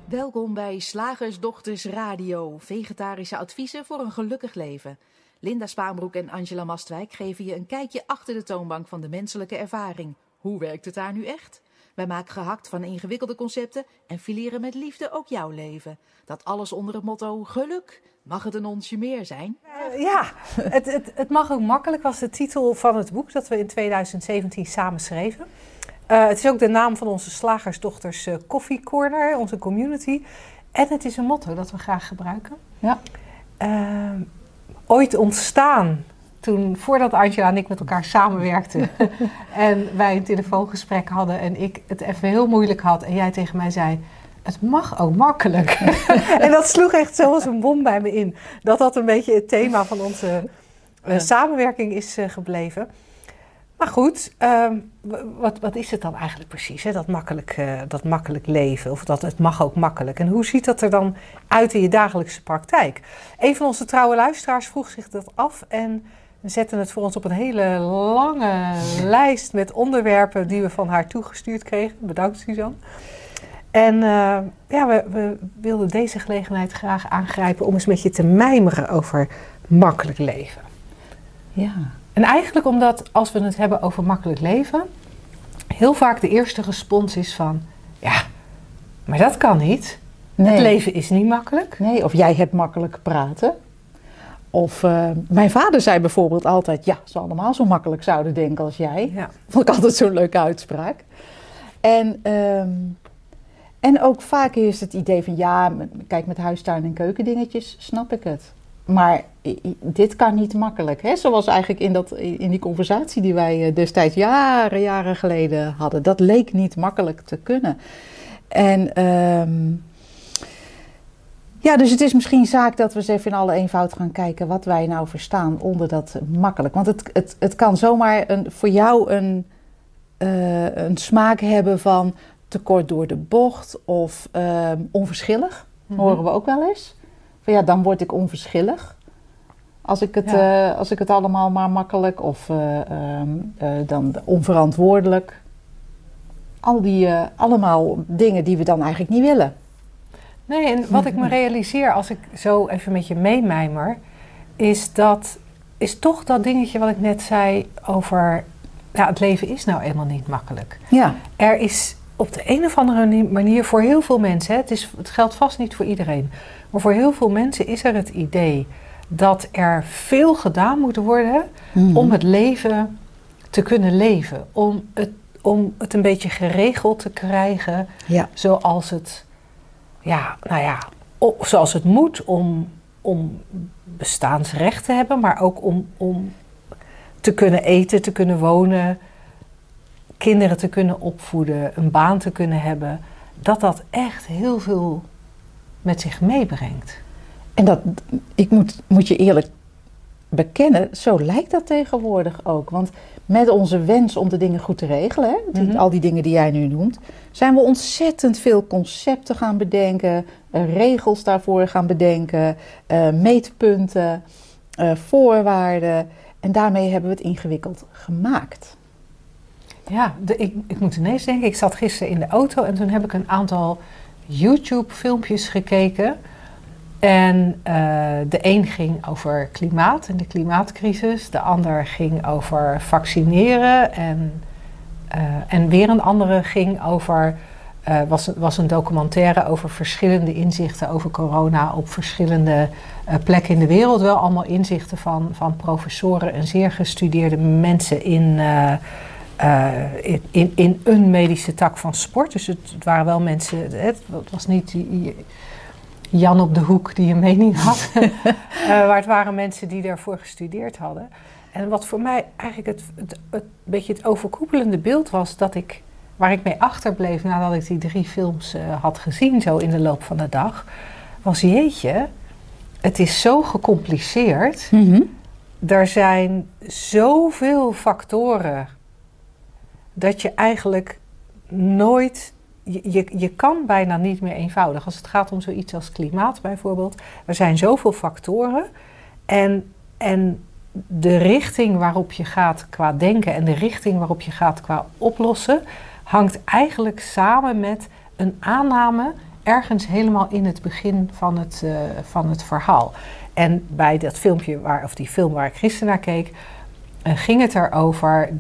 Welkom bij Slagersdochters Radio, vegetarische adviezen voor een gelukkig leven. Linda Spaanbroek en Angela Mastwijk geven je een kijkje achter de toonbank van de menselijke ervaring. Hoe werkt het daar nu echt? Wij maken gehakt van ingewikkelde concepten en fileren met liefde ook jouw leven. Dat alles onder het motto geluk. Mag het een onsje meer zijn? Het mag ook makkelijk was de titel van het boek dat we in 2017 samen schreven. Het is ook de naam van onze Slagersdochters Coffee Corner, onze community. En het is een motto dat we graag gebruiken. Ja. Ooit ontstaan, voordat Angela en ik met elkaar samenwerkten. En wij een telefoongesprek hadden en ik het even heel moeilijk had. En jij tegen mij zei, het mag ook makkelijk. En dat sloeg echt zoals een bom bij me in. Dat een beetje het thema van onze samenwerking is gebleven. Maar goed, wat is het dan eigenlijk precies, hè? Dat makkelijk leven, of dat het mag ook makkelijk. En hoe ziet dat er dan uit in je dagelijkse praktijk? Een van onze trouwe luisteraars vroeg zich dat af en zette het voor ons op een hele lange lijst met onderwerpen die we van haar toegestuurd kregen. Bedankt, Suzanne. En we wilden deze gelegenheid graag aangrijpen om eens met je te mijmeren over makkelijk leven. Ja. En eigenlijk omdat, als we het hebben over makkelijk leven, heel vaak de eerste respons is van, ja, maar dat kan niet. Nee. Het leven is niet makkelijk. Nee, of jij hebt makkelijk praten. Of mijn vader zei bijvoorbeeld altijd, ja, ze allemaal zo makkelijk zouden denken als jij. Ja. Vond ik altijd zo'n leuke uitspraak. En ook vaak is het idee van, ja, kijk, met huistuin- en keukendingetjes snap ik het. Maar dit kan niet makkelijk. Hè? Zoals eigenlijk in die conversatie die wij destijds jaren geleden hadden. Dat leek niet makkelijk te kunnen. En dus het is misschien zaak dat we eens even in alle eenvoud gaan kijken wat wij nou verstaan onder dat makkelijk. Want het kan zomaar voor jou een smaak hebben van tekort door de bocht of onverschillig. Horen we ook wel eens. Van ja, dan word ik onverschillig. Als ik het allemaal maar makkelijk of dan onverantwoordelijk. Allemaal dingen die we dan eigenlijk niet willen. Nee, en wat ik me realiseer als ik zo even met je meemijmer, is toch dat dingetje wat ik net zei over, het leven is nou eenmaal niet makkelijk. Ja. Er is op de een of andere manier voor heel veel mensen, het geldt vast niet voor iedereen, maar voor heel veel mensen is er het idee dat er veel gedaan moet worden om het leven te kunnen leven. Om het een beetje geregeld te krijgen zoals het, zoals het moet om bestaansrecht te hebben, maar ook om te kunnen eten, te kunnen wonen, kinderen te kunnen opvoeden, een baan te kunnen hebben. Dat echt heel veel met zich meebrengt. En ik moet je eerlijk bekennen, zo lijkt dat tegenwoordig ook. Want met onze wens om de dingen goed te regelen, al die dingen die jij nu noemt, zijn we ontzettend veel concepten gaan bedenken, regels daarvoor gaan bedenken, meetpunten, voorwaarden. En daarmee hebben we het ingewikkeld gemaakt. Ja, ik moet ineens denken, ik zat gisteren in de auto en toen heb ik een aantal YouTube-filmpjes gekeken. En de een ging over klimaat en de klimaatcrisis. De ander ging over vaccineren. En weer een andere ging over, was een documentaire over verschillende inzichten over corona op verschillende plekken in de wereld. Wel allemaal inzichten van professoren en zeer gestudeerde mensen in een medische tak van sport. Dus het waren wel mensen, het was niet Jan op de hoek die een mening had. Maar het waren mensen die daarvoor gestudeerd hadden. En wat voor mij eigenlijk het beetje het overkoepelende beeld was, waar ik mee achterbleef nadat ik die 3 films had gezien, zo in de loop van de dag, was jeetje, het is zo gecompliceerd. Er zijn zoveel factoren dat je eigenlijk nooit, je kan bijna niet meer eenvoudig. Als het gaat om zoiets als klimaat bijvoorbeeld. Er zijn zoveel factoren. En de richting waarop je gaat qua denken en de richting waarop je gaat qua oplossen, hangt eigenlijk samen met een aanname. ergens helemaal in het begin van het verhaal. En bij dat filmpje, of die film waar ik gisteren naar keek, ging het erover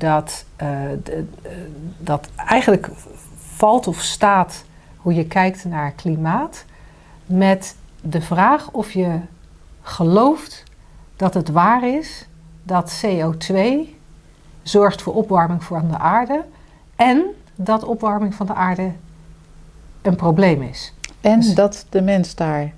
dat eigenlijk valt of staat hoe je kijkt naar klimaat met de vraag of je gelooft dat het waar is dat CO2 zorgt voor opwarming van de aarde en dat opwarming van de aarde een probleem is. En dus dat de mens daar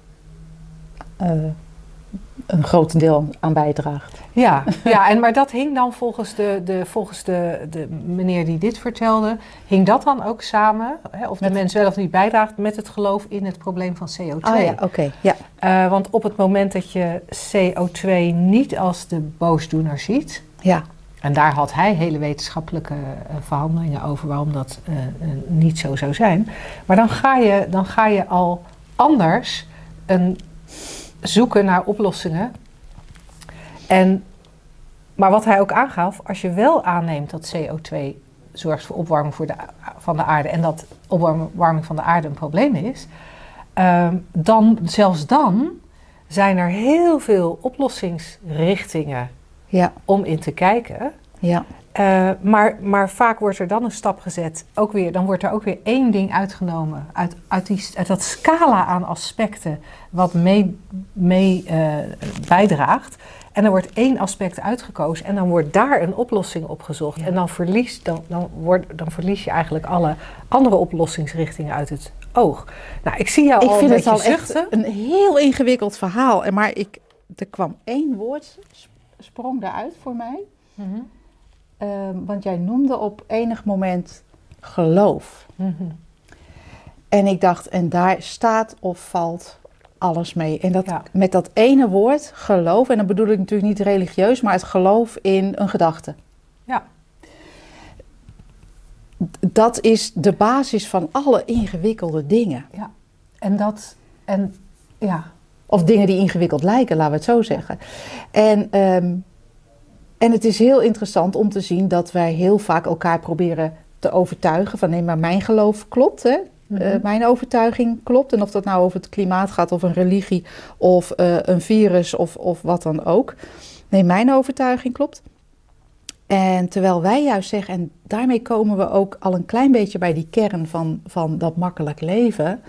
een groot deel aan bijdraagt. Ja, maar dat hing dan volgens de meneer die dit vertelde, hing dat dan ook samen, of de mens wel of niet bijdraagt, met het geloof in het probleem van CO2. Ah ja, oké. Ja. Want op het moment dat je CO2 niet als de boosdoener ziet, ja. En daar had hij hele wetenschappelijke verhandelingen over waarom dat niet zo zou zijn. Maar dan ga je al anders zoeken naar oplossingen. Maar wat hij ook aangaf, als je wel aanneemt dat CO2 zorgt voor opwarming van de aarde en dat opwarming van de aarde een probleem is, zelfs dan zijn er heel veel oplossingsrichtingen om in te kijken. Ja. Maar vaak wordt er dan een stap gezet. Dan wordt er ook weer één ding uitgenomen uit dat scala aan aspecten wat mee bijdraagt. En dan wordt één aspect uitgekozen en dan wordt daar een oplossing op gezocht. Ja. En dan verlies je eigenlijk alle andere oplossingsrichtingen uit het oog. Nou, ik zie jou al een beetje zuchten. Echt een heel ingewikkeld verhaal. Maar er kwam één woord, sprong daaruit voor mij. Mm-hmm. Want jij noemde op enig moment geloof. Mm-hmm. En ik dacht, en daar staat of valt alles mee. En met dat ene woord, geloof, en dan bedoel ik natuurlijk niet religieus, maar het geloof in een gedachte. Ja. Dat is de basis van alle ingewikkelde dingen. Ja. Of dingen die ingewikkeld lijken, laten we het zo zeggen. En het is heel interessant om te zien dat wij heel vaak elkaar proberen te overtuigen van nee, maar mijn geloof klopt, hè? Mm-hmm. Mijn overtuiging klopt. En of dat nou over het klimaat gaat of een religie of een virus of wat dan ook. Nee, mijn overtuiging klopt. En terwijl wij juist zeggen, en daarmee komen we ook al een klein beetje bij die kern van dat makkelijk leven.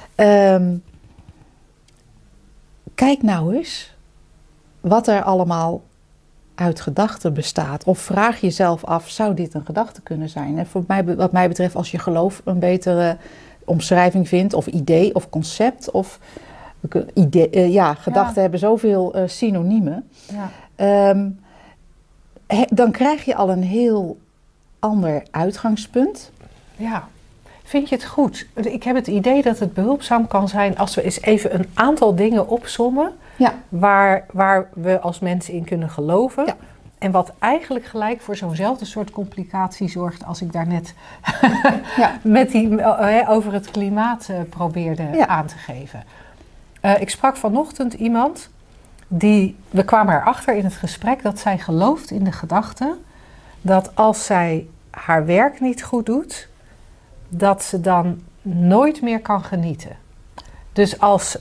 Kijk nou eens wat er allemaal uit gedachten bestaat. Of vraag jezelf af, zou dit een gedachte kunnen zijn? En wat mij betreft, als je geloof een betere omschrijving vindt, of idee, of concept, of gedachten hebben zoveel synoniemen. Ja. Dan krijg je al een heel ander uitgangspunt. Ja. Vind je het goed? Ik heb het idee dat het behulpzaam kan zijn als we eens even een aantal dingen opsommen. Ja. Waar we als mensen in kunnen geloven. Ja. En wat eigenlijk gelijk voor zo'nzelfde soort complicatie zorgt als ik daarnet met over het klimaat probeerde aan te geven. Ik sprak vanochtend iemand we kwamen erachter in het gesprek dat zij gelooft in de gedachte dat als zij haar werk niet goed doet, dat ze dan nooit meer kan genieten. Dus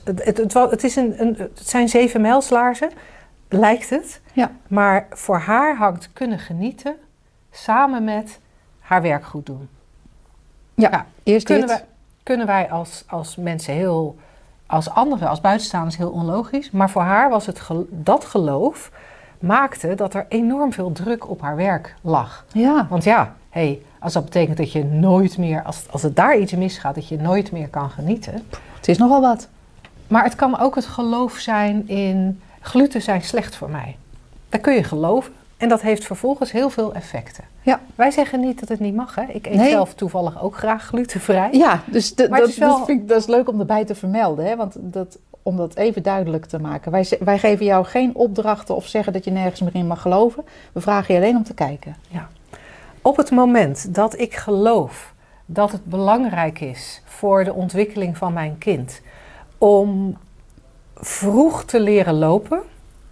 het zijn 7 mijlslaarzen, lijkt het. Ja. Maar voor haar hangt kunnen genieten samen met haar werk goed doen. Ja, eerst kunnen wij als mensen als anderen, als buitenstaanders heel onlogisch. Maar voor haar was dat geloof maakte dat er enorm veel druk op haar werk lag. Ja. Want als dat betekent dat je nooit meer, als het daar iets misgaat, dat je nooit meer kan genieten. Het is nogal wat. Maar het kan ook het geloof zijn in gluten zijn slecht voor mij. Daar kun je geloven en dat heeft vervolgens heel veel effecten. Ja. Wij zeggen niet dat het niet mag, hè? Ik eet zelf toevallig ook graag glutenvrij. Ja, dus dat is leuk om erbij te vermelden, hè? Want om dat even duidelijk te maken. Wij geven jou geen opdrachten of zeggen dat je nergens meer in mag geloven. We vragen je alleen om te kijken. Ja. Op het moment dat ik geloof dat het belangrijk is voor de ontwikkeling van mijn kind om vroeg te leren lopen,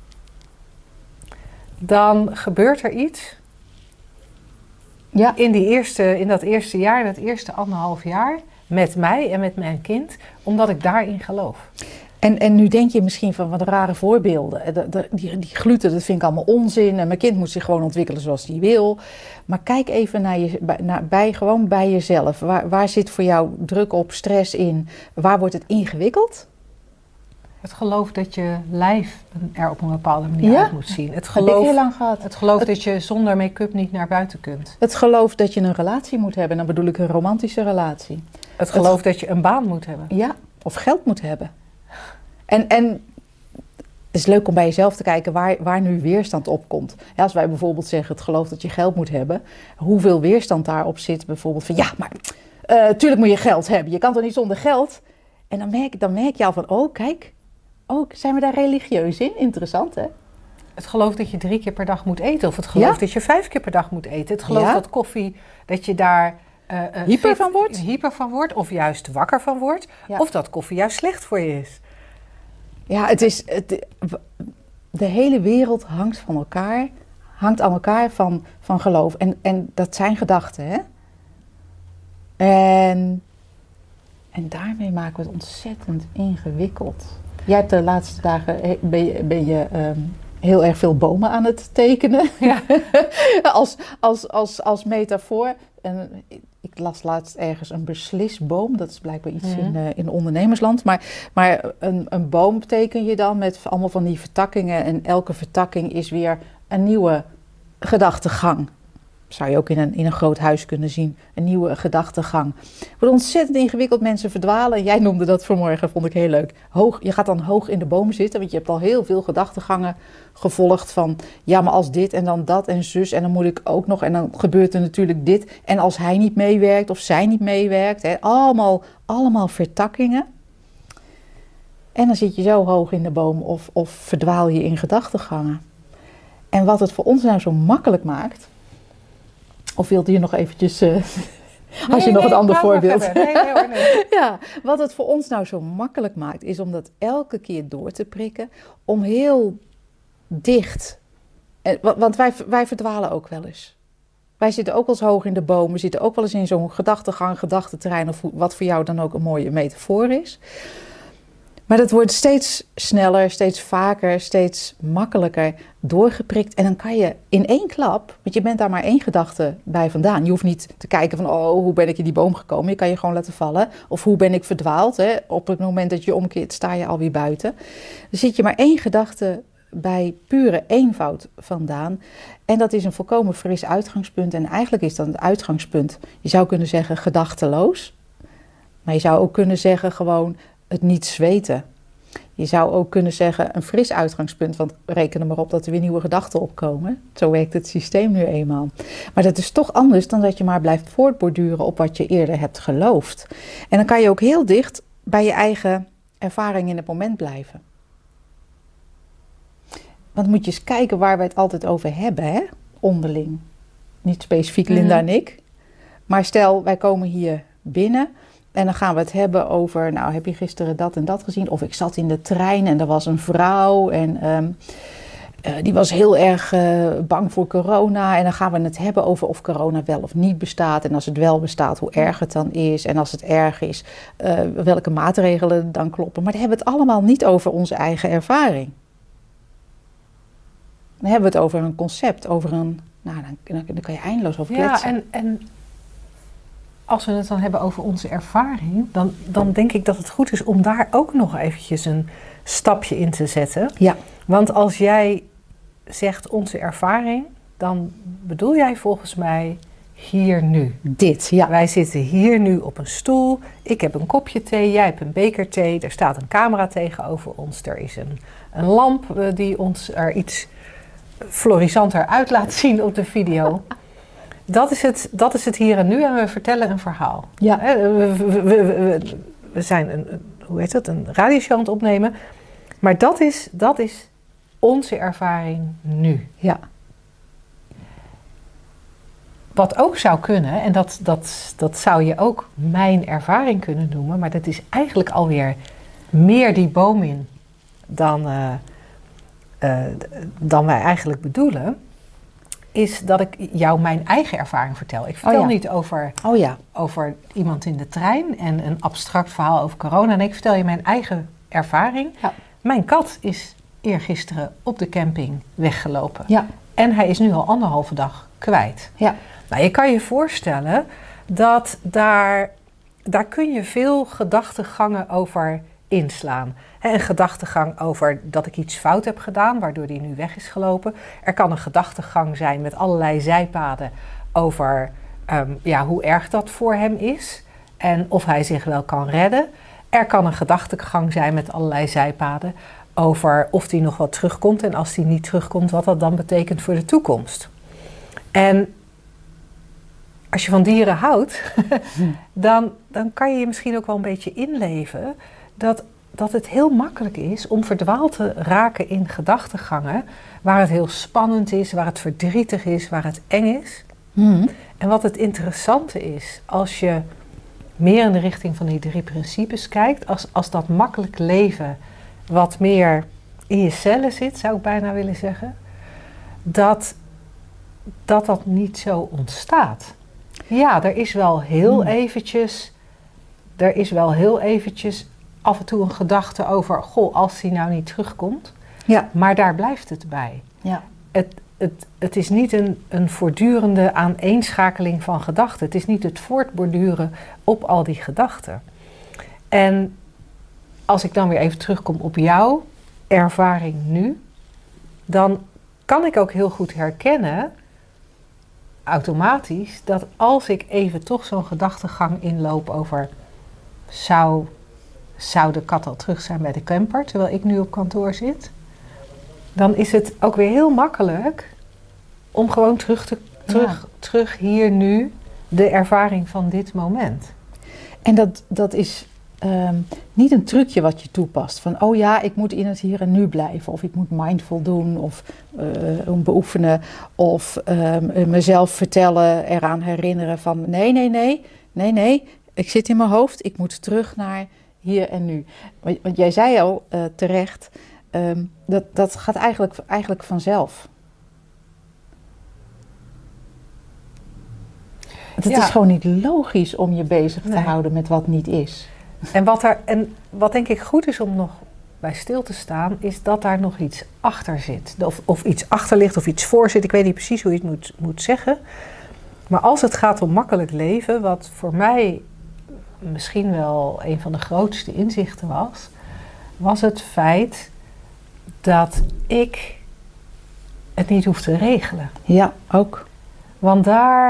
dan gebeurt er iets in dat eerste jaar, in dat eerste 1,5 jaar, met mij en met mijn kind, omdat ik daarin geloof. En nu denk je misschien van wat rare voorbeelden. Die gluten, dat vind ik allemaal onzin. En mijn kind moet zich gewoon ontwikkelen zoals hij wil. Maar kijk even gewoon bij jezelf. Waar zit voor jou druk op, stress in? Waar wordt het ingewikkeld? Het geloof dat je lijf er op een bepaalde manier uit moet zien. Het geloof, heb ik heel lang gehad. Het geloof dat je zonder make-up niet naar buiten kunt. Het geloof dat je een relatie moet hebben. Dan bedoel ik een romantische relatie. Het geloof dat je een baan moet hebben. Ja, of geld moet hebben. En het is leuk om bij jezelf te kijken waar nu weerstand op komt. Ja, als wij bijvoorbeeld zeggen het geloof dat je geld moet hebben. Hoeveel weerstand daarop zit bijvoorbeeld van ja, maar tuurlijk moet je geld hebben. Je kan toch niet zonder geld? En dan merk je al van kijk. Zijn we daar religieus in? Interessant, hè? Het geloof dat je 3 keer per dag moet eten. Of het geloof dat je 5 keer per dag moet eten. Het geloof dat koffie, dat je daar hyper van wordt. Of juist wakker van wordt. Ja. Of dat koffie juist slecht voor je is. Ja, de hele wereld hangt aan elkaar van geloof. En dat zijn gedachten, hè? En daarmee maken we het ontzettend ingewikkeld. Jij hebt de laatste dagen ben je heel erg veel bomen aan het tekenen. Ja. als metafoor. En ik las laatst ergens een beslisboom. Dat is blijkbaar iets in ondernemersland. Maar een boom teken je dan met allemaal van die vertakkingen. En elke vertakking is weer een nieuwe gedachtegang. Zou je ook in een groot huis kunnen zien. Een nieuwe gedachtegang. Het wordt ontzettend ingewikkeld. Mensen verdwalen. Jij noemde dat vanmorgen, vond ik heel leuk. Je gaat dan hoog in de boom zitten. Want je hebt al heel veel gedachtegangen gevolgd van... Ja, maar als dit en dan dat en zus. En dan moet ik ook nog. En dan gebeurt er natuurlijk dit. En als hij niet meewerkt of zij niet meewerkt. Hè, allemaal vertakkingen. En dan zit je zo hoog in de boom. Of verdwaal je in gedachtegangen. En wat het voor ons nou zo makkelijk maakt... Of wilde je nog eventjes, als je nog een ander voorbeeld... Nee. Ja, wat het voor ons nou zo makkelijk maakt, is om dat elke keer door te prikken. Om heel dicht... Want wij verdwalen ook wel eens. Wij zitten ook wel eens hoog in de boom. We zitten ook wel eens in zo'n gedachteterrein... of wat voor jou dan ook een mooie metafoor is. Maar dat wordt steeds sneller, steeds vaker, steeds makkelijker doorgeprikt. En dan kan je in 1 klap, want je bent daar maar 1 gedachte bij vandaan. Je hoeft niet te kijken van, hoe ben ik in die boom gekomen? Je kan je gewoon laten vallen. Of hoe ben ik verdwaald? Hè? Op het moment dat je omkeert, sta je alweer buiten. Dan zit je maar 1 gedachte bij pure eenvoud vandaan. En dat is een volkomen fris uitgangspunt. En eigenlijk is dat het uitgangspunt, je zou kunnen zeggen, gedachteloos. Maar je zou ook kunnen zeggen gewoon... het niet zweten. Je zou ook kunnen zeggen een fris uitgangspunt, want reken er maar op dat er weer nieuwe gedachten opkomen. Zo werkt het systeem nu eenmaal. Maar dat is toch anders dan dat je maar blijft voortborduren op wat je eerder hebt geloofd. En dan kan je ook heel dicht bij je eigen ervaring in het moment blijven. Want moet je eens kijken waar we het altijd over hebben, hè? Onderling. Niet specifiek Linda en ik. Maar stel, wij komen hier binnen... En dan gaan we het hebben over, nou heb je gisteren dat en dat gezien? Of ik zat in de trein en er was een vrouw en die was heel erg bang voor corona. En dan gaan we het hebben over of corona wel of niet bestaat. En als het wel bestaat, hoe erg het dan is. En als het erg is, welke maatregelen dan kloppen. Maar dan hebben we het allemaal niet over onze eigen ervaring. Dan hebben we het over een concept, over een... Nou, dan kan je eindeloos over kletsen. Ja, en als we het dan hebben over onze ervaring, dan denk ik dat het goed is om daar ook nog eventjes een stapje in te zetten. Ja. Want als jij zegt onze ervaring, dan bedoel jij volgens mij hier nu. Dit, ja. Wij zitten hier nu op een stoel. Ik heb een kopje thee, jij hebt een beker thee. Er staat een camera tegenover ons. Er is een lamp die ons er iets florisanter uit laat zien op de video. Dat is het hier en nu en we vertellen een verhaal. Ja. We zijn een radioshow aan het opnemen. Maar dat is onze ervaring nu. Ja. Wat ook zou kunnen, en dat zou je ook mijn ervaring kunnen noemen, maar dat is eigenlijk alweer meer die boom in dan wij eigenlijk bedoelen, is dat ik jou mijn eigen ervaring vertel. Ik vertel niet over iemand in de trein en een abstract verhaal over corona. Nee, ik vertel je mijn eigen ervaring. Ja. Mijn kat is eergisteren op de camping weggelopen. Ja. En hij is nu al 1,5 dag kwijt. Ja. Nou, je kan je voorstellen dat daar kun je veel gedachtegangen over inslaan. Een gedachtegang over dat ik iets fout heb gedaan, waardoor hij nu weg is gelopen. Er kan een gedachtegang zijn met allerlei zijpaden over hoe erg dat voor hem is en of hij zich wel kan redden. Er kan een gedachtegang zijn met allerlei zijpaden over of hij nog wat terugkomt en als hij niet terugkomt, wat dat dan betekent voor de toekomst. En als je van dieren houdt, dan kan je je misschien ook wel een beetje inleven dat het heel makkelijk is om verdwaald te raken in gedachtegangen waar het heel spannend is, waar het verdrietig is, waar het eng is. En wat het interessante is, als je meer in de richting van die 3 principes kijkt, als dat makkelijk leven wat meer in je cellen zit, zou ik bijna willen zeggen, dat niet zo ontstaat. Ja, er is wel heel eventjes af en toe een gedachte over, goh, als hij nou niet terugkomt. Ja. Maar daar blijft het bij. Ja. Het is niet een voortdurende aaneenschakeling van gedachten. Het is niet het voortborduren op al die gedachten. En als ik dan weer even terugkom op jouw ervaring nu, dan kan ik ook heel goed herkennen, automatisch, dat als ik even toch zo'n gedachtegang inloop over zou de kat al terug zijn bij de camper, terwijl ik nu op kantoor zit, dan is het ook weer heel makkelijk om gewoon terug hier nu de ervaring van dit moment. En dat is niet een trucje wat je toepast. Van, oh ja, ik moet in het hier en nu blijven. Of ik moet mindful doen. Of beoefenen. Of mezelf vertellen, eraan herinneren van... Nee. Ik zit in mijn hoofd. Ik moet terug naar hier en nu. Want jij zei al terecht... Dat gaat eigenlijk vanzelf. Het is gewoon niet logisch om je bezig te houden met wat niet is. En wat denk ik goed is om nog bij stil te staan, is dat daar nog iets achter zit. Of iets achter ligt of iets voor zit. Ik weet niet precies hoe je het moet zeggen. Maar als het gaat om makkelijk leven, wat voor mij misschien wel een van de grootste inzichten was het feit dat ik het niet hoef te regelen. Ja, ook. Want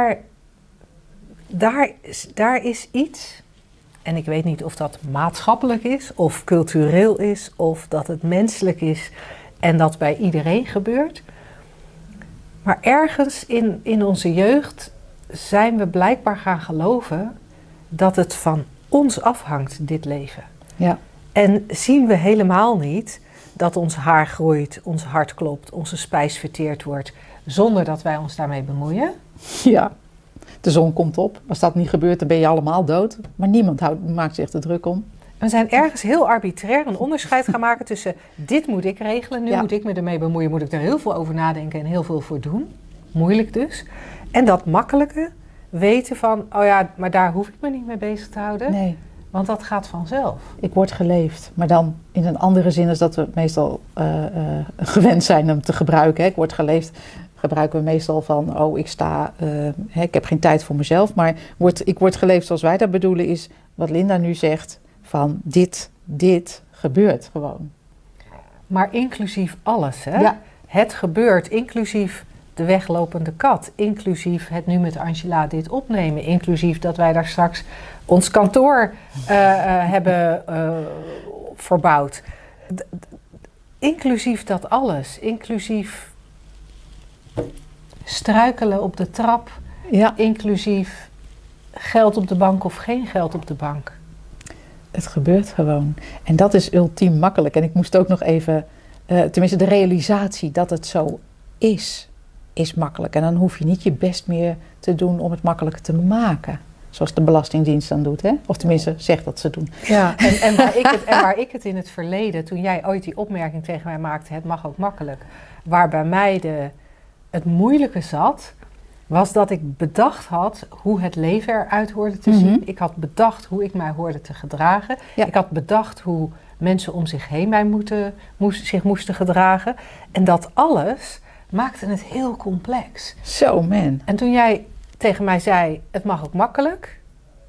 daar is iets, en ik weet niet of dat maatschappelijk is, of cultureel is, of dat het menselijk is en dat bij iedereen gebeurt. Maar ergens in onze jeugd zijn we blijkbaar gaan geloven dat het van ons afhangt, dit leven. Ja. En zien we helemaal niet dat ons haar groeit, ons hart klopt, onze spijs verteerd wordt, zonder dat wij ons daarmee bemoeien. Ja, de zon komt op. Als dat niet gebeurt, dan ben je allemaal dood. Maar niemand maakt zich er druk om. We zijn ergens heel arbitrair een onderscheid gaan maken tussen dit moet ik regelen, nu moet ik me ermee bemoeien, moet ik er heel veel over nadenken en heel veel voor doen. Moeilijk dus. En dat makkelijke weten van, oh ja, maar daar hoef ik me niet mee bezig te houden. Nee. Want dat gaat vanzelf. Ik word geleefd, maar dan in een andere zin als dat we meestal gewend zijn hem te gebruiken. Hè. Ik word geleefd, gebruiken we meestal van, ik heb geen tijd voor mezelf. Maar ik word geleefd zoals wij dat bedoelen is wat Linda nu zegt, van dit gebeurt gewoon. Maar inclusief alles, hè? Ja. Het gebeurt, inclusief de weglopende kat, inclusief het nu met Angela dit opnemen, inclusief dat wij daar straks ons kantoor hebben verbouwd. Inclusief dat alles, inclusief struikelen op de trap, inclusief geld op de bank of geen geld op de bank. Het gebeurt gewoon. En dat is ultiem makkelijk. En ik moest ook nog even, tenminste de realisatie dat het zo is makkelijk. En dan hoef je niet je best meer te doen om het makkelijker te maken. Zoals de Belastingdienst dan doet, hè? Of tenminste zegt dat ze doen. Ja, en waar ik het in het verleden, toen jij ooit die opmerking tegen mij maakte, het mag ook makkelijk. Waar bij mij het moeilijke zat, was dat ik bedacht had hoe het leven eruit hoorde te zien. Ik had bedacht hoe ik mij hoorde te gedragen. Ja. Ik had bedacht hoe mensen om zich heen mij zich moesten gedragen. En dat alles maakte het heel complex. Zo, man. En toen jij tegen mij zei, het mag ook makkelijk.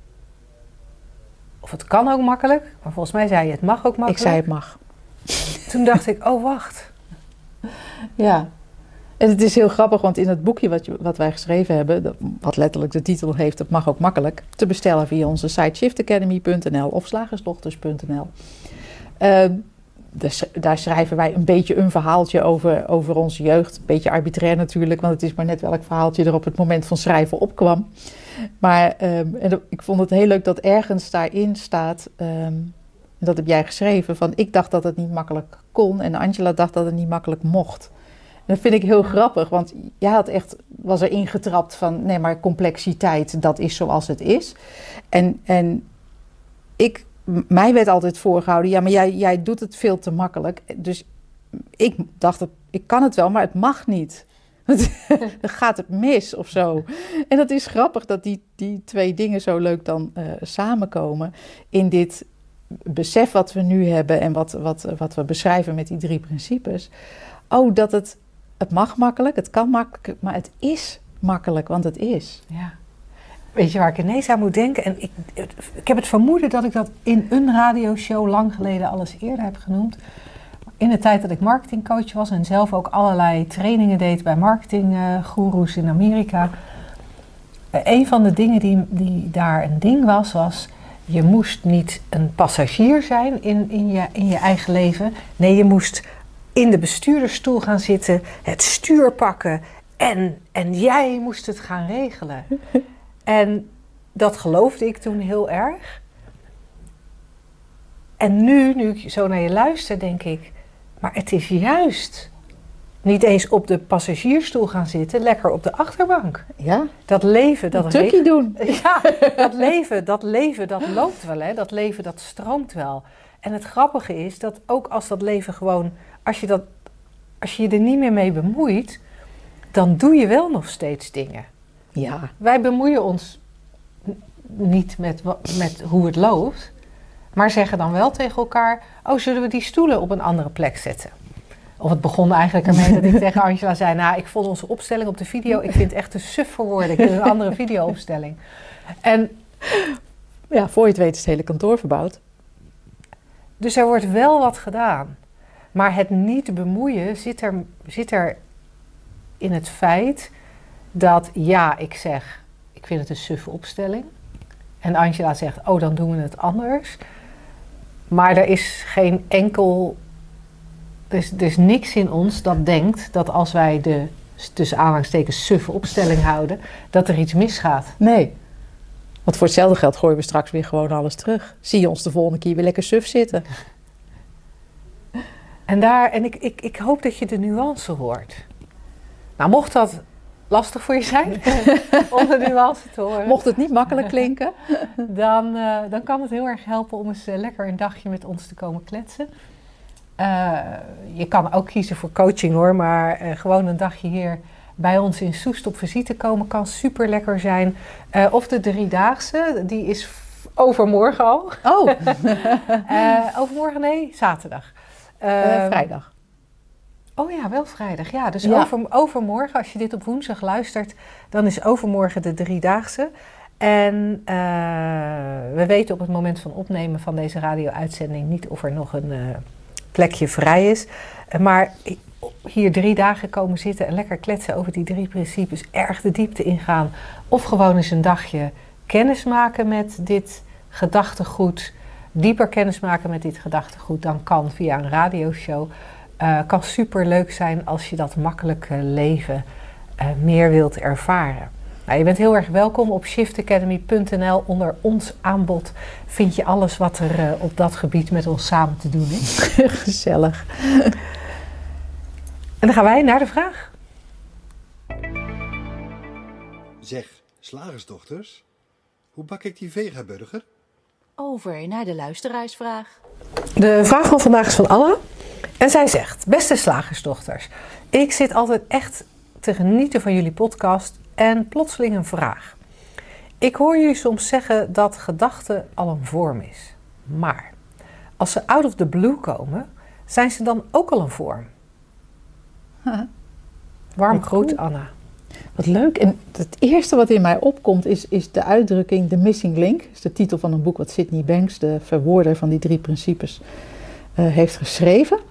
Of het kan ook makkelijk. Maar volgens mij zei je, het mag ook makkelijk. Ik zei het mag. Toen dacht ik, oh wacht. Ja. En het is heel grappig, want in het boekje wat wij geschreven hebben, wat letterlijk de titel heeft, het mag ook makkelijk, te bestellen via onze site shiftacademy.nl of slagersdochters.nl. Daar schrijven wij een beetje een verhaaltje over onze jeugd. Een beetje arbitrair natuurlijk, want het is maar net welk verhaaltje er op het moment van schrijven opkwam. Maar ik vond het heel leuk dat ergens daarin staat, dat heb jij geschreven, van ik dacht dat het niet makkelijk kon en Angela dacht dat het niet makkelijk mocht. En dat vind ik heel grappig, want jij was er ingetrapt van, nee, maar complexiteit, dat is zoals het is. En mij werd altijd voorgehouden, ja, maar jij doet het veel te makkelijk. Dus ik dacht, ik kan het wel, maar het mag niet. Dan gaat het mis of zo. En dat is grappig dat die twee dingen zo leuk dan samenkomen in dit besef wat we nu hebben en wat we beschrijven met die 3 principes. Oh, dat het mag makkelijk, het kan makkelijk, maar het is makkelijk, want het is. Ja. Weet je waar ik ineens aan moet denken? En ik heb het vermoeden dat ik dat in een radioshow lang geleden al eens eerder heb genoemd. In de tijd dat ik marketingcoach was en zelf ook allerlei trainingen deed bij marketinggoeroes in Amerika. Een van de dingen die daar een ding was, je moest niet een passagier zijn in je eigen leven. Nee, je moest in de bestuurdersstoel gaan zitten, het stuur pakken en jij moest het gaan regelen. En dat geloofde ik toen heel erg. En nu ik zo naar je luister, denk ik, maar het is juist niet eens op de passagiersstoel gaan zitten, lekker op de achterbank. Ja. Dat leven, dat tukkie doen. Ja, dat leven, dat loopt wel, hè. Dat leven, dat stroomt wel. En het grappige is dat ook als dat leven gewoon, als je je er niet meer mee bemoeit, dan doe je wel nog steeds dingen. Ja. Wij bemoeien ons niet met hoe het loopt, maar zeggen dan wel tegen elkaar, oh, zullen we die stoelen op een andere plek zetten? Of het begon eigenlijk ermee dat ik tegen Angela zei, nou, ik vond onze opstelling op de video, ik vind het echt te suf voor woorden, ik wil een andere video-opstelling. En ja, voor je het weet is het hele kantoor verbouwd. Dus er wordt wel wat gedaan. Maar het niet bemoeien zit er in het feit dat ik zeg, ik vind het een suffe opstelling. En Angela zegt, oh, dan doen we het anders. Maar er is geen enkel, er is niks in ons dat denkt dat als wij de, tussen aanhalingstekens, suffe opstelling houden, dat er iets misgaat. Nee. Want voor hetzelfde geld gooien we straks weer gewoon alles terug. Zie je ons de volgende keer weer lekker suf zitten. En ik hoop dat je de nuance hoort. Nou, mocht dat lastig voor je zijn, om de nuance te horen. Mocht het niet makkelijk klinken. Dan kan het heel erg helpen om eens lekker een dagje met ons te komen kletsen. Je kan ook kiezen voor coaching hoor, maar gewoon een dagje hier bij ons in Soest op visite komen kan super lekker zijn. Of de 3-daagse, die is overmorgen al. Oh. Overmorgen, nee, zaterdag. Vrijdag. Oh ja, wel vrijdag. Ja, dus Ja. Overmorgen, als je dit op woensdag luistert, dan is overmorgen de 3-daagse. En we weten op het moment van opnemen van deze radio-uitzending niet of er nog een plekje vrij is. Maar hier 3 dagen komen zitten en lekker kletsen over die 3 principes, erg de diepte ingaan. Of gewoon eens een dagje kennis maken met dit gedachtegoed, dieper kennis maken met dit gedachtegoed, dan kan via een radioshow. Kan super leuk zijn als je dat makkelijke leven meer wilt ervaren. Nou, je bent heel erg welkom op shiftacademy.nl. Onder ons aanbod vind je alles wat er op dat gebied met ons samen te doen is. Gezellig. En dan gaan wij naar de vraag. Zeg, slagersdochters, hoe bak ik die vegaburger? Over naar de luisteraarsvraag. De vraag van vandaag is van Anna. En zij zegt, beste slagersdochters, ik zit altijd echt te genieten van jullie podcast en plotseling een vraag. Ik hoor jullie soms zeggen dat gedachte al een vorm is. Maar als ze out of the blue komen, zijn ze dan ook al een vorm? Warm groet, Anna. Wat leuk. En het eerste wat in mij opkomt is de uitdrukking The Missing Link. Dat is de titel van een boek wat Sydney Banks, de verwoorder van die 3 principes, heeft geschreven.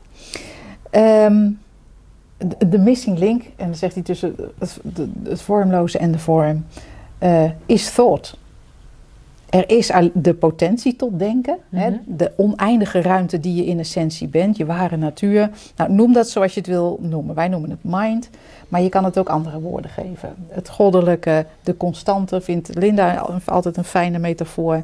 De missing link, en dan zegt hij tussen het vormloze en de vorm, is thought. Er is de potentie tot denken, hè, de oneindige ruimte die je in essentie bent, je ware natuur. Nou, noem dat zoals je het wil noemen. Wij noemen het mind, maar je kan het ook andere woorden geven. Het goddelijke, de constante, vindt Linda altijd een fijne metafoor.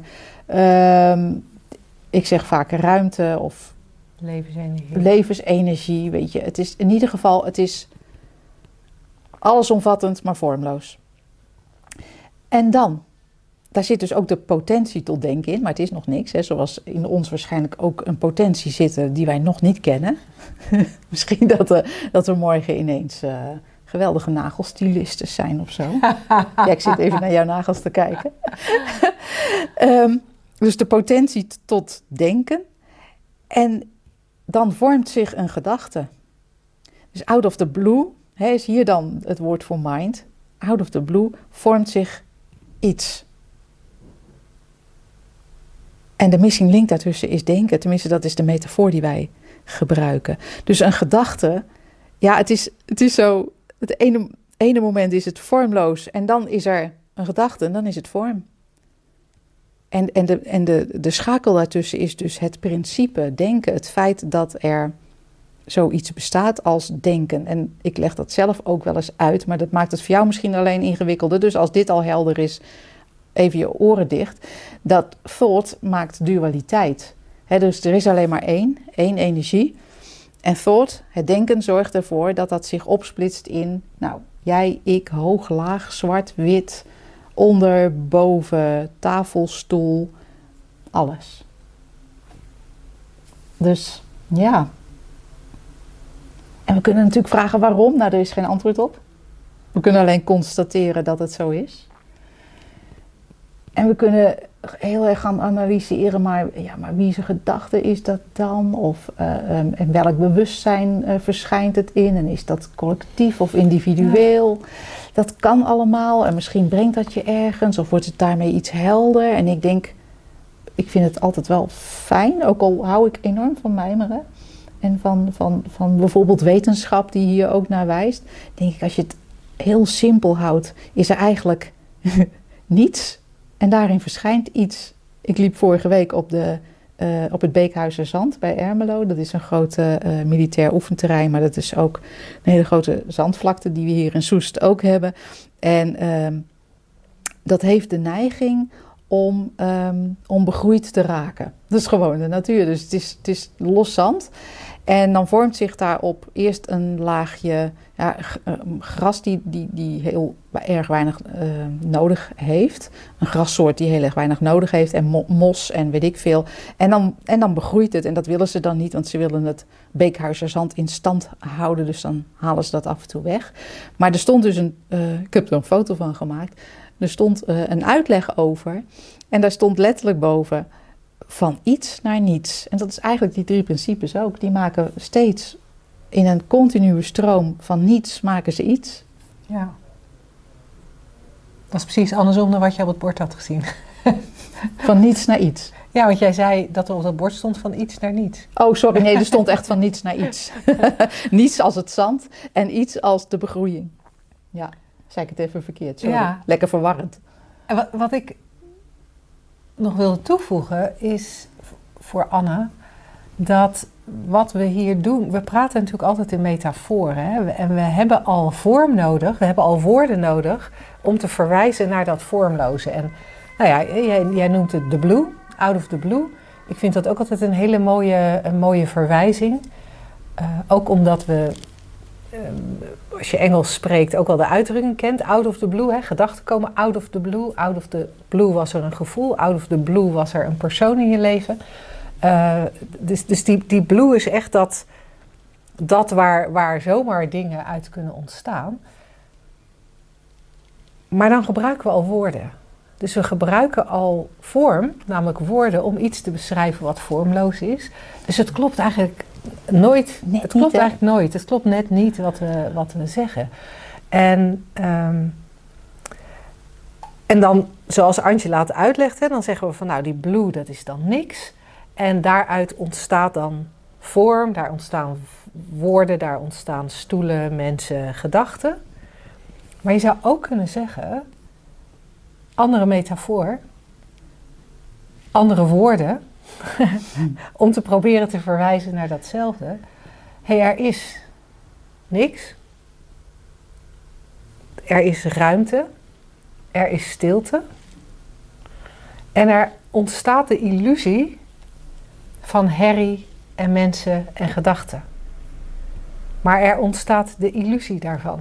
Ik zeg vaker ruimte of levensenergie, weet je. Het is in ieder geval, het is allesomvattend, maar vormloos. En dan, daar zit dus ook de potentie tot denken in, maar het is nog niks. Hè, zoals in ons waarschijnlijk ook een potentie zit die wij nog niet kennen. Misschien dat er morgen ineens geweldige nagelstylisten zijn of zo. Ja, ik zit even naar jouw nagels te kijken. Dus de potentie tot denken. En dan vormt zich een gedachte. Dus out of the blue, is hier dan het woord voor mind. Out of the blue vormt zich iets. En de missing link daartussen is denken. Tenminste, dat is de metafoor die wij gebruiken. Dus een gedachte, ja, het is zo. Het ene moment is het vormloos en dan is er een gedachte en dan is het vorm. En de schakel daartussen is dus het principe denken. Het feit dat er zoiets bestaat als denken. En ik leg dat zelf ook wel eens uit, maar dat maakt het voor jou misschien alleen ingewikkelder. Dus als dit al helder is, even je oren dicht. Dat thought maakt dualiteit. Dus er is alleen maar één energie. En thought, het denken, zorgt ervoor dat dat zich opsplitst in, nou, jij, ik, hoog, laag, zwart, wit, onder, boven, tafel, stoel, alles. Dus, ja. En we kunnen natuurlijk vragen waarom. Nou, er is geen antwoord op. We kunnen alleen constateren dat het zo is. En we kunnen heel erg gaan analyseren, maar wie zijn gedachte is dat dan? Of en welk bewustzijn verschijnt het in? En is dat collectief of individueel? Ja. Dat kan allemaal en misschien brengt dat je ergens of wordt het daarmee iets helder. En ik vind het altijd wel fijn, ook al hou ik enorm van mijmeren. En van bijvoorbeeld wetenschap die hier ook naar wijst. Denk ik, als je het heel simpel houdt, is er eigenlijk niets. En daarin verschijnt iets. Ik liep vorige week op het Beekhuizerzand bij Ermelo. Dat is een grote militair oefenterrein, maar dat is ook een hele grote zandvlakte die we hier in Soest ook hebben. En dat heeft de neiging om begroeid te raken. Dat is gewoon de natuur. Dus het is los zand. En dan vormt zich daarop eerst een laagje gras die heel erg weinig nodig heeft. Een grassoort die heel erg weinig nodig heeft. En mos en weet ik veel. En dan begroeit het. En dat willen ze dan niet, want ze willen het Beekhuizerzand in stand houden. Dus dan halen ze dat af en toe weg. Maar er stond dus ik heb er een foto van gemaakt. Er stond een uitleg over. En daar stond letterlijk boven: van iets naar niets. En dat is eigenlijk die 3 principes ook. Die maken steeds in een continue stroom van niets maken ze iets. Ja. Dat is precies andersom dan wat je op het bord had gezien. Van niets naar iets. Ja, want jij zei dat er op dat bord stond van iets naar niets. Oh, sorry. Nee, er stond echt van niets naar iets. Niets als het zand en iets als de begroeiing. Ja, zei ik het even verkeerd. Sorry. Ja. Lekker verwarrend. En wat ik nog wilde toevoegen is voor Anna dat wat we hier doen, we praten natuurlijk altijd in metaforen. Hè? En we hebben al vorm nodig, we hebben al woorden nodig om te verwijzen naar dat vormloze. En nou ja, jij noemt het the blue, out of the blue. Ik vind dat ook altijd een hele mooie verwijzing. Ook omdat we, als je Engels spreekt, ook wel de uitdrukking kent. Out of the blue, hè? Gedachten komen out of the blue. Out of the blue was er een gevoel. Out of the blue was er een persoon in je leven. Dus die blue is echt dat waar zomaar dingen uit kunnen ontstaan. Maar dan gebruiken we al woorden. Dus we gebruiken al vorm, namelijk woorden, om iets te beschrijven wat vormloos is. Dus het klopt eigenlijk nooit. Het klopt net niet wat we zeggen. En dan, zoals Angela het uitlegt, dan zeggen we van nou, die blue, dat is dan niks. En daaruit ontstaat dan vorm, daar ontstaan woorden, daar ontstaan stoelen, mensen, gedachten. Maar je zou ook kunnen zeggen, andere metafoor, andere woorden, om te proberen te verwijzen naar datzelfde. Er is niks. Er is ruimte. Er is stilte. En er ontstaat de illusie van herrie en mensen en gedachten. Maar er ontstaat de illusie daarvan.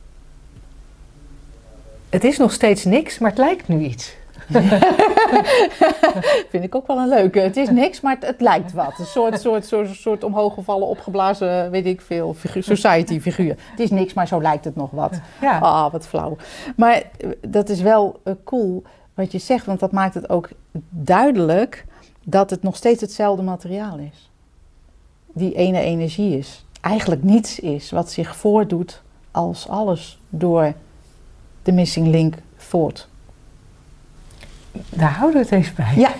Het is nog steeds niks, maar het lijkt nu iets. Vind ik ook wel een leuke. Het is niks, maar het lijkt wat. Een soort omhooggevallen, opgeblazen, weet ik veel, society figuur. Het is niks, maar zo lijkt het nog wat. Ja. Ah, wat flauw. Maar dat is wel cool wat je zegt, want dat maakt het ook duidelijk dat het nog steeds hetzelfde materiaal is. Die ene energie is. Eigenlijk niets is wat zich voordoet als alles door de missing link thought. Daar houden we het eens bij. Ja.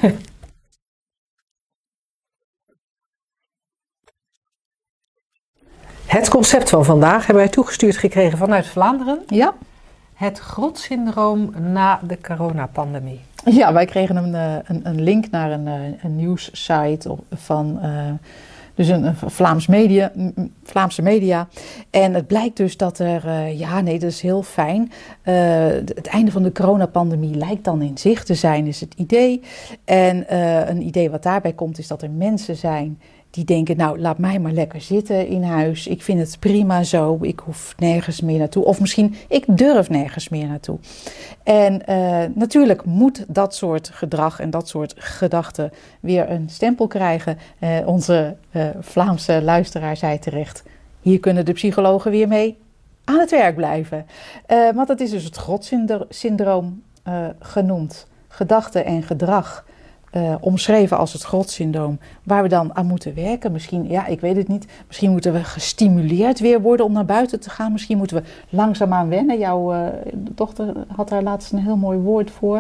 Het concept van vandaag hebben wij toegestuurd gekregen vanuit Vlaanderen. Ja. Het grotsyndroom na de coronapandemie. Ja, wij kregen een link naar een nieuwssite van dus een Vlaamse media. En het blijkt dus dat dat is heel fijn. Het einde van de coronapandemie lijkt dan in zicht te zijn, is het idee. En een idee wat daarbij komt is dat er mensen zijn die denken, nou, laat mij maar lekker zitten in huis. Ik vind het prima zo. Ik hoef nergens meer naartoe. Of misschien, ik durf nergens meer naartoe. En natuurlijk moet dat soort gedrag en dat soort gedachten weer een stempel krijgen. Onze Vlaamse luisteraar zei terecht, hier kunnen de psychologen weer mee aan het werk blijven. Want dat is dus het grotsyndroom genoemd. Gedachten en gedrag. Omschreven als het grotsyndroom, waar we dan aan moeten werken. Misschien, ja, ik weet het niet. Misschien moeten we gestimuleerd weer worden om naar buiten te gaan. Misschien moeten we langzaamaan wennen. Jouw dochter had daar laatst een heel mooi woord voor.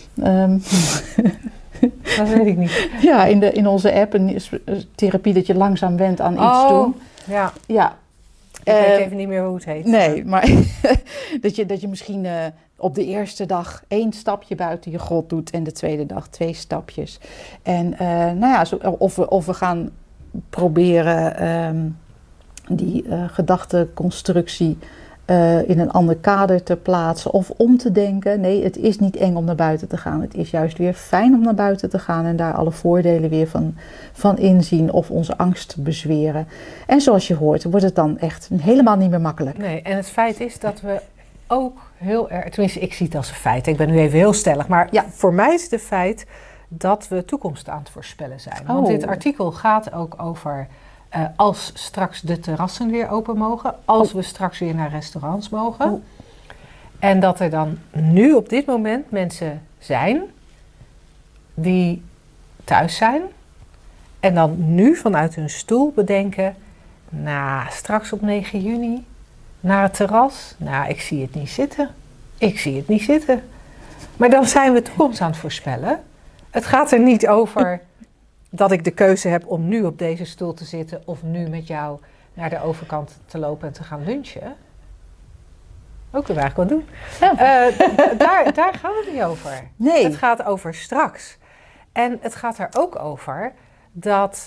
Dat weet ik niet. Ja, in onze app, een therapie dat je langzaam went aan iets doen. Ja. Ja. Ik weet even niet meer hoe het heet. Nee, maar dat je misschien op de eerste dag 1 stapje buiten je grot doet en de tweede dag 2 stapjes. En of we gaan proberen die gedachteconstructie in een ander kader te plaatsen of om te denken. Nee, het is niet eng om naar buiten te gaan. Het is juist weer fijn om naar buiten te gaan en daar alle voordelen weer van inzien of onze angst bezweren. En zoals je hoort, wordt het dan echt helemaal niet meer makkelijk. Nee, en het feit is dat we ook heel erg, tenminste ik zie het als een feit, ik ben nu even heel stellig, maar ja, voor mij is het een feit dat we toekomst aan het voorspellen zijn. Want dit artikel gaat ook over als straks de terrassen weer open mogen, als we straks weer naar restaurants mogen. En dat er dan nu op dit moment mensen zijn die thuis zijn en dan nu vanuit hun stoel bedenken, nou, straks op 9 juni naar het terras, nou, ik zie het niet zitten. Ik zie het niet zitten. Maar dan zijn we toekomst aan het voorspellen. Het gaat er niet over dat ik de keuze heb om nu op deze stoel te zitten of nu met jou naar de overkant te lopen en te gaan lunchen. Ook kunnen we eigenlijk wel doen. Ja. Daar gaat het niet over. Nee. Het gaat over straks. En het gaat er ook over dat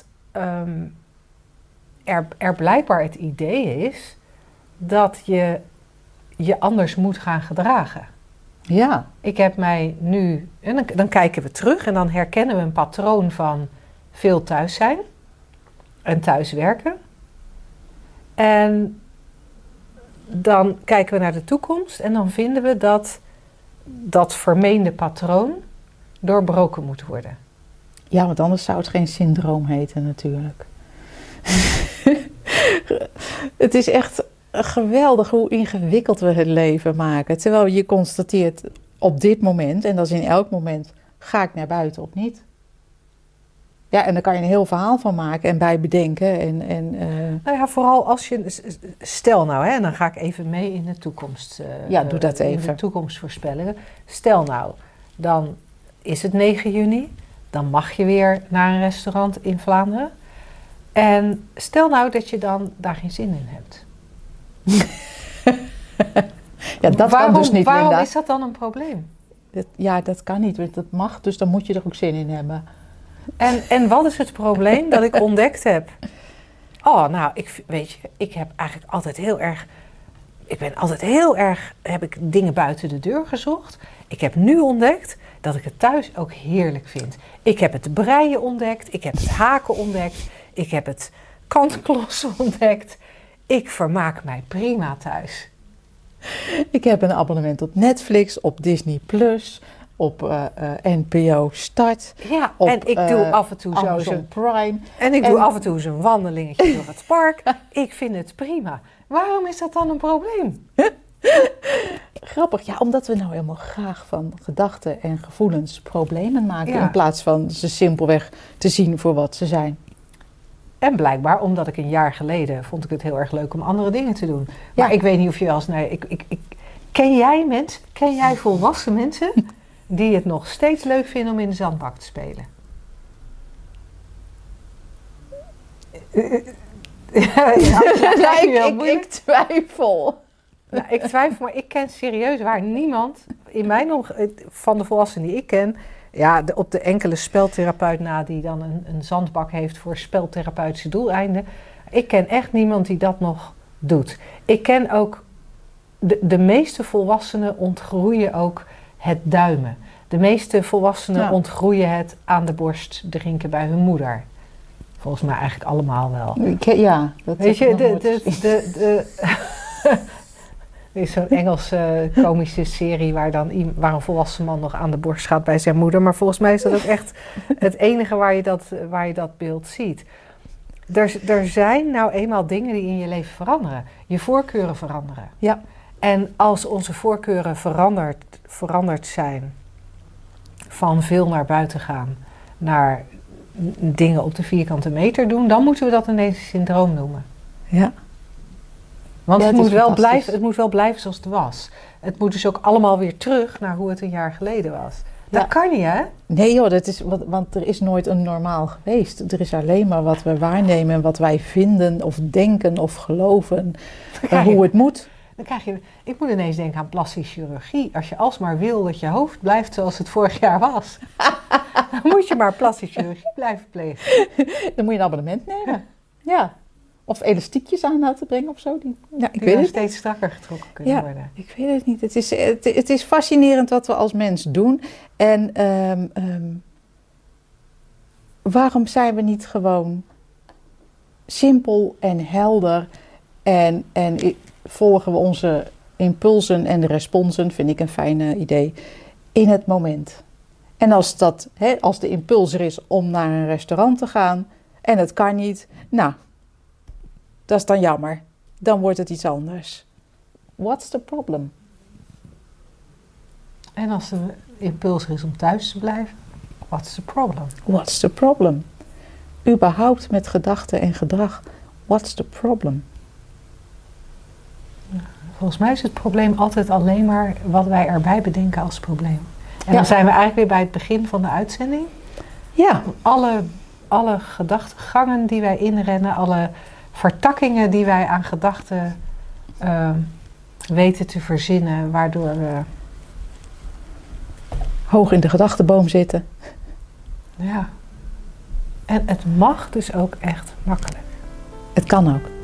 er blijkbaar het idee is dat je anders moet gaan gedragen. Ja. Ik heb mij nu, en dan kijken we terug en dan herkennen we een patroon van veel thuis zijn en thuis werken. En dan kijken we naar de toekomst en dan vinden we dat vermeende patroon doorbroken moet worden. Ja, want anders zou het geen syndroom heten natuurlijk. Het is echt geweldig hoe ingewikkeld we het leven maken. Terwijl je constateert op dit moment, en dat is in elk moment, ga ik naar buiten of niet? Ja, en daar kan je een heel verhaal van maken en bij bedenken. Nou ja, vooral als je... Stel nou, hè, dan ga ik even mee in de toekomst. Doe dat even. In de toekomstvoorspellingen. Stel nou, dan is het 9 juni. Dan mag je weer naar een restaurant in Vlaanderen. En stel nou dat je dan daar geen zin in hebt. Ja, dat kan dus niet, waarom Linda. is dat dan een probleem? Dat kan niet, want dat mag, dus dan moet je er ook zin in hebben. En wat is het probleem dat ik ontdekt heb? Oh, nou, ik heb eigenlijk altijd heel erg... heb ik dingen buiten de deur gezocht. Ik heb nu ontdekt dat ik het thuis ook heerlijk vind. Ik heb het breien ontdekt, ik heb het haken ontdekt, ik heb het kantklossen ontdekt. Ik vermaak mij prima thuis. Ik heb een abonnement op Netflix, op Disney+, op NPO Start. Ja, op, en ik doe af en toe Amazon Prime. En ik doe af en toe eens een wandelingetje door het park. Ik vind het prima. Waarom is dat dan een probleem? Grappig, ja, omdat we nou helemaal graag van gedachten en gevoelens problemen maken. Ja. In plaats van ze simpelweg te zien voor wat ze zijn. En blijkbaar, omdat ik een jaar geleden vond ik het heel erg leuk om andere dingen te doen. Maar ik weet niet of je wel eens... Ken jij volwassen mensen die het nog steeds leuk vinden om in de zandbak te spelen? Ik twijfel. Nou, ik twijfel, maar ik ken serieus waar niemand van de volwassenen die ik ken, op de enkele speltherapeut na die dan een zandbak heeft voor speltherapeutische doeleinden. Ik ken echt niemand die dat nog doet. Ik ken ook, de meeste volwassenen ontgroeien ook het duimen. De meeste volwassenen ontgroeien het aan de borst drinken bij hun moeder. Volgens mij eigenlijk allemaal wel. Dat weet je, er is zo'n Engelse komische serie waar een volwassen man nog aan de borst gaat bij zijn moeder. Maar volgens mij is dat ook echt het enige waar je dat beeld ziet. Er zijn nou eenmaal dingen die in je leven veranderen. Je voorkeuren veranderen. Ja. En als onze voorkeuren veranderd zijn, van veel naar buiten gaan, naar dingen op de vierkante meter doen, dan moeten we dat ineens een syndroom noemen. Ja. Want het moet wel blijven zoals het was. Het moet dus ook allemaal weer terug naar hoe het een jaar geleden was. Dat kan niet, hè? Nee joh, want er is nooit een normaal geweest. Er is alleen maar wat we waarnemen en wat wij vinden of denken of geloven. Hoe het moet. Ik moet ineens denken aan plastische chirurgie. Als je alsmaar wil dat je hoofd blijft zoals het vorig jaar was, dan moet je maar plastische chirurgie blijven plegen. Dan moet je een abonnement nemen. Ja. Of elastiekjes aan laten brengen of zo. Ik weet het steeds strakker getrokken kunnen worden. Ik weet het niet. Het is fascinerend wat we als mens doen. En waarom zijn we niet gewoon simpel en helder en volgen we onze impulsen en de responsen, vind ik een fijn idee, in het moment. En als de impuls er is om naar een restaurant te gaan en het kan niet, nou, dat is dan jammer. Dan wordt het iets anders. What's the problem? En als de impuls er is om thuis te blijven, what's the problem? What's the problem? Überhaupt met gedachten en gedrag, what's the problem? Volgens mij is het probleem altijd alleen maar wat wij erbij bedenken als probleem. En dan zijn we eigenlijk weer bij het begin van de uitzending. Ja. Alle gedachtegangen die wij inrennen, alle vertakkingen die wij aan gedachten weten te verzinnen, waardoor we hoog in de gedachtenboom zitten. Ja. En het mag dus ook echt makkelijk. Het kan ook.